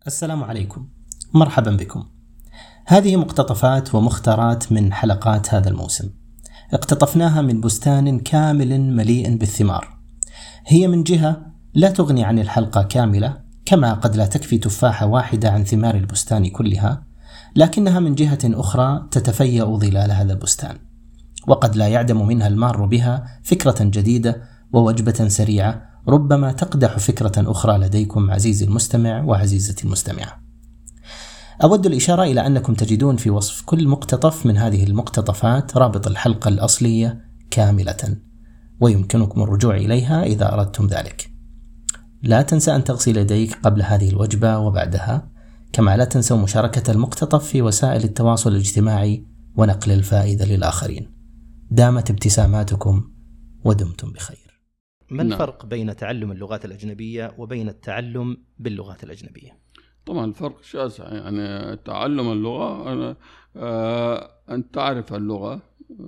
السلام عليكم، مرحبا بكم. هذه مقتطفات ومختارات من حلقات هذا الموسم، اقتطفناها من بستان كامل مليء بالثمار. هي من جهة لا تغني عن الحلقة كاملة، كما قد لا تكفي تفاحة واحدة عن ثمار البستان كلها، لكنها من جهة أخرى تتفيأ ظلال هذا البستان، وقد لا يعدم منها المار بها فكرة جديدة ووجبة سريعة ربما تقدح فكرة أخرى لديكم عزيزي المستمع وعزيزتي المستمعة. أود الإشارة إلى أنكم تجدون في وصف كل مقتطف من هذه المقتطفات رابط الحلقة الأصلية كاملة، ويمكنكم الرجوع إليها إذا أردتم ذلك. لا تنسى أن تغسل يديك قبل هذه الوجبة وبعدها، كما لا تنسوا مشاركة المقتطف في وسائل التواصل الاجتماعي ونقل الفائدة للآخرين. دامت ابتساماتكم ودمتم بخير. ما الفرق بين تعلم اللغات الأجنبية وبين التعلم باللغات الأجنبية؟ طبعا الفرق شاسع، يعني تعلم اللغة أن تعرف اللغة،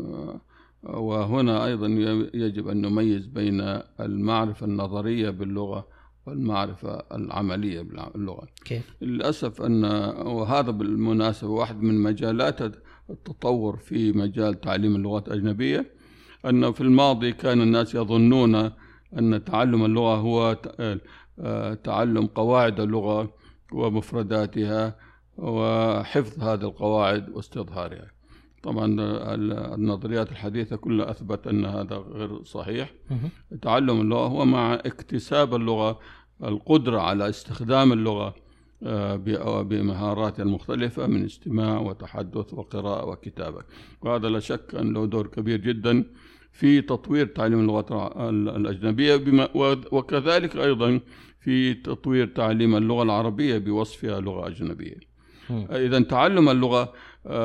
وهنا أيضا يجب أن نميز بين المعرفة النظرية باللغة والمعرفة العملية باللغة. كيف؟ للأسف وهذا بالمناسبة واحد من مجالات التطور في مجال تعليم اللغات الأجنبية، أن في الماضي كان الناس يظنون أن تعلم اللغة هو تعلم قواعد اللغة ومفرداتها وحفظ هذه القواعد واستظهارها. طبعا النظريات الحديثة كلها أثبت أن هذا غير صحيح. تعلم اللغة هو مع اكتساب اللغة القدرة على استخدام اللغة بمهارات المختلفة من استماع وتحدث وقراءة وكتابة، وهذا لا شك أن له دور كبير جدا في تطوير تعليم اللغات الأجنبية، وكذلك أيضا في تطوير تعليم اللغة العربية بوصفها لغة أجنبية. إذا تعلم اللغة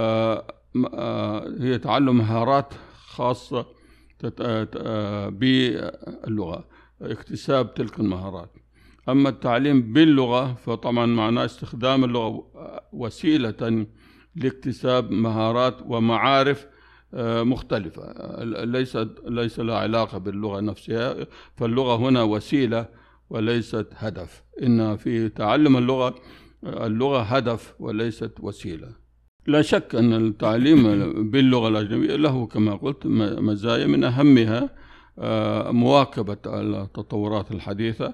هي تعلم مهارات خاصة باللغة، اكتساب تلك المهارات. أما التعليم باللغة فطبعا معناه استخدام اللغة وسيلة لاكتساب مهارات ومعارف مختلفة، ليس لها علاقة باللغة نفسها. فاللغة هنا وسيلة وليست هدف. إن في تعلم اللغة هدف وليست وسيلة. لا شك أن التعليم باللغة الأجنبية له كما قلت مزايا، من أهمها مواكبة التطورات الحديثة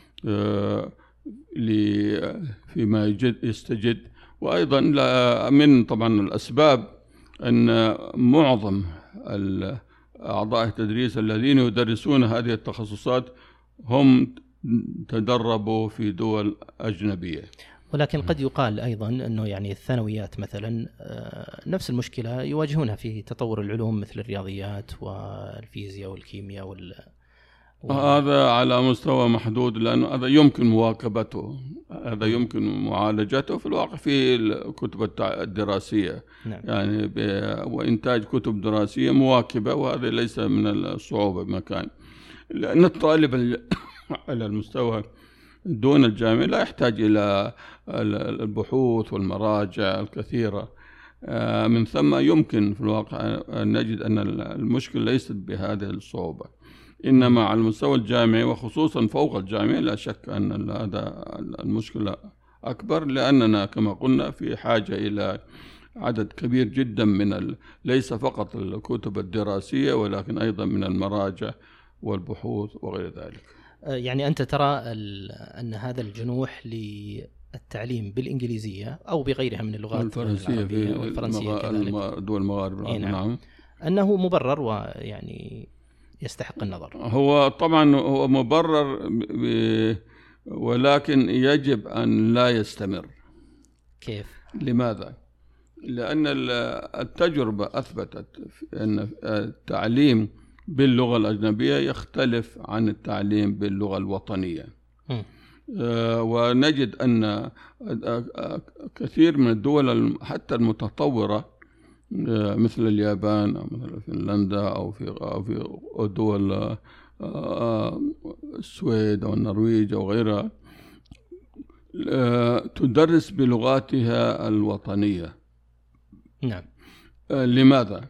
فيما يستجد، وأيضا من طبعا الأسباب أن معظم أعضاء التدريس الذين يدرسون هذه التخصصات هم تدربوا في دول أجنبية. ولكن قد يقال أيضا أنه يعني الثانويات مثلا نفس المشكلة يواجهونها في تطور العلوم مثل الرياضيات والفيزياء والكيمياء هذا على مستوى محدود، لأنه هذا يمكن مواكبته، هذا يمكن معالجته في الواقع في الكتب الدراسية. نعم. يعني وإنتاج كتب دراسية مواكبة، وهذا ليس من الصعوبة بمكان، لأن الطالب على المستوى دون الجامعة لا يحتاج إلى البحوث والمراجع الكثيرة. من ثم يمكن في الواقع أن نجد أن المشكلة ليست بهذه الصعوبة، إنما على المستوى الجامعي وخصوصا فوق الجامعة لا شك أن هذا المشكلة أكبر، لأننا كما قلنا في حاجة إلى عدد كبير جدا من ليس فقط الكتب الدراسية ولكن أيضا من المراجع والبحوث وغير ذلك. يعني أنت ترى أن هذا الجنوح للتعليم بالإنجليزية أو بغيرها من اللغات العربية والفرنسية كذلك دول المغاربة، نعم، أنه مبرر ويعني يستحق النظر. هو طبعا هو مبرر، ولكن يجب أن لا يستمر. كيف؟ لماذا؟ لأن التجربة أثبتت أن التعليم باللغة الأجنبية يختلف عن التعليم باللغة الوطنية. ونجد أن كثير من الدول حتى المتطورة مثل اليابان أو مثل فنلندا أو في دول السويد أو النرويج أو غيرها تدرس بلغاتها الوطنية. نعم. لماذا؟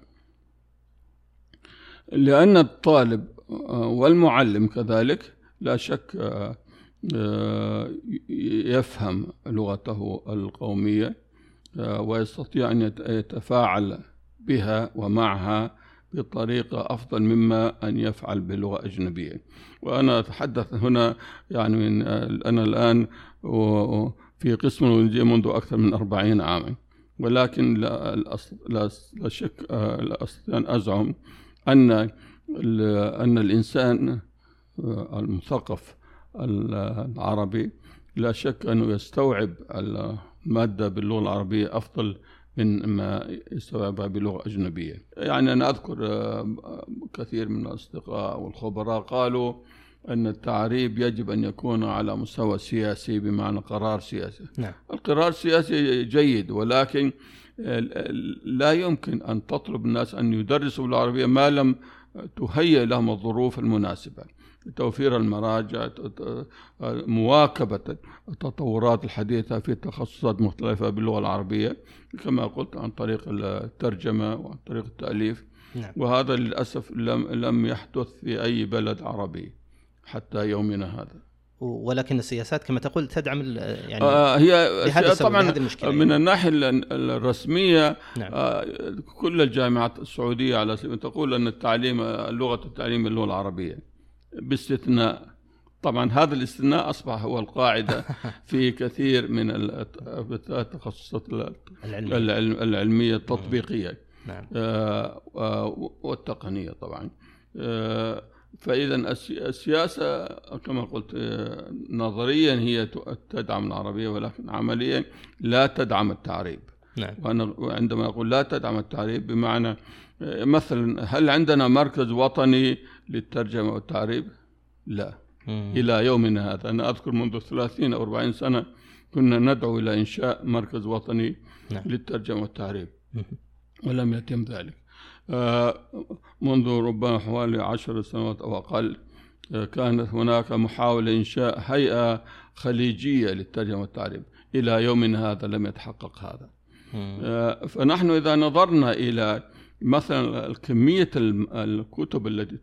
لأن الطالب والمعلم كذلك لا شك يفهم لغته القومية ويستطيع أن يتفاعل بها ومعها بطريقة أفضل مما أن يفعل بلغة أجنبية. وأنا أتحدث هنا يعني من أنا الآن في قسم الإنجليزية منذ أكثر من 40 عاما، ولكن لا شك لا أستطيع أن أزعم أن الإنسان المثقف العربي لا شك أنه يستوعب المادة باللغة العربية أفضل من ما يستوعبها بلغة أجنبية. يعني أنا أذكر كثير من الأصدقاء والخبراء قالوا أن التعريب يجب أن يكون على مستوى سياسي، بمعنى قرار سياسي. نعم. القرار السياسي جيد، ولكن لا يمكن أن تطلب الناس أن يدرسوا العربية ما لم تهيئ لهم الظروف المناسبة، توفير المراجع، مواكبة التطورات الحديثة في تخصصات مختلفة باللغة العربية كما قلت عن طريق الترجمة وعن طريق التأليف. نعم. وهذا للأسف لم يحدث في أي بلد عربي حتى يومنا هذا. ولكن السياسات كما تقول تدعم يعني هي طبعا من الناحية الرسمية. نعم. كل الجامعات السعودية على سبيل تقول أن لغة التعليم اللغة العربية، باستثناء طبعا هذا الاستثناء أصبح هو القاعدة في كثير من التخصصات العلمية التطبيقية. نعم. والتقنية طبعا. فإذا السياسة كما قلت نظريا هي تدعم العربية، ولكن عمليا لا تدعم التعريب. نعم. وأنا عندما أقول لا تدعم التعريب بمعنى مثلا هل عندنا مركز وطني للترجمة والتعريب؟ لا. إلى يومنا هذا. أنا أذكر منذ 30 أو 40 سنة كنا ندعو إلى إنشاء مركز وطني. نعم. للترجمة والتعريب ولم يتم ذلك. منذ ربما حوالي 10 سنوات أو أقل كانت هناك محاولة إنشاء هيئة خليجية للترجمة والتعريب، إلى يومنا هذا لم يتحقق هذا. فنحن إذا نظرنا إلى مثلا كمية الكتب التي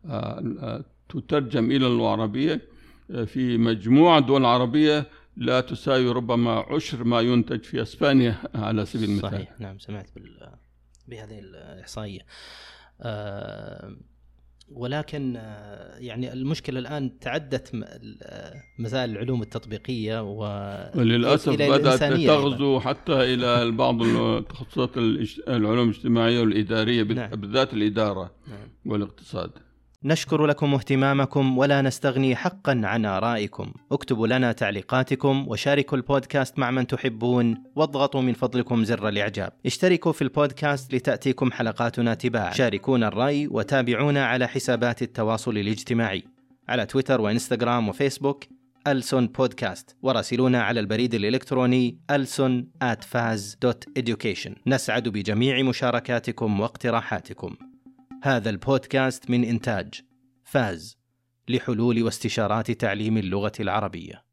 تترجم إلى اللغة العربية في مجموعة دول عربية لا تساوي ربما عشر ما ينتج في إسبانيا على سبيل المثال. صحيح. نعم، سمعت بهذه الإحصائية. ولكن يعني المشكلة الآن تعدت مزايا العلوم التطبيقية وللأسف بدأت تغزو حتى إلى بعض التخصصات العلوم الاجتماعية والإدارية. نعم. بالذات الإدارة. نعم. والاقتصاد. نشكر لكم اهتمامكم ولا نستغني حقا عن آرائكم. اكتبوا لنا تعليقاتكم وشاركوا البودكاست مع من تحبون، واضغطوا من فضلكم زر الإعجاب. اشتركوا في البودكاست لتأتيكم حلقاتنا تباعا. شاركونا الرأي وتابعونا على حسابات التواصل الاجتماعي على تويتر وإنستغرام وفيسبوك ألسن بودكاست، وراسلونا على البريد الإلكتروني alson@faz.education. نسعد بجميع مشاركاتكم واقتراحاتكم. هذا البودكاست من إنتاج فاز لحلول واستشارات تعليم اللغة العربية.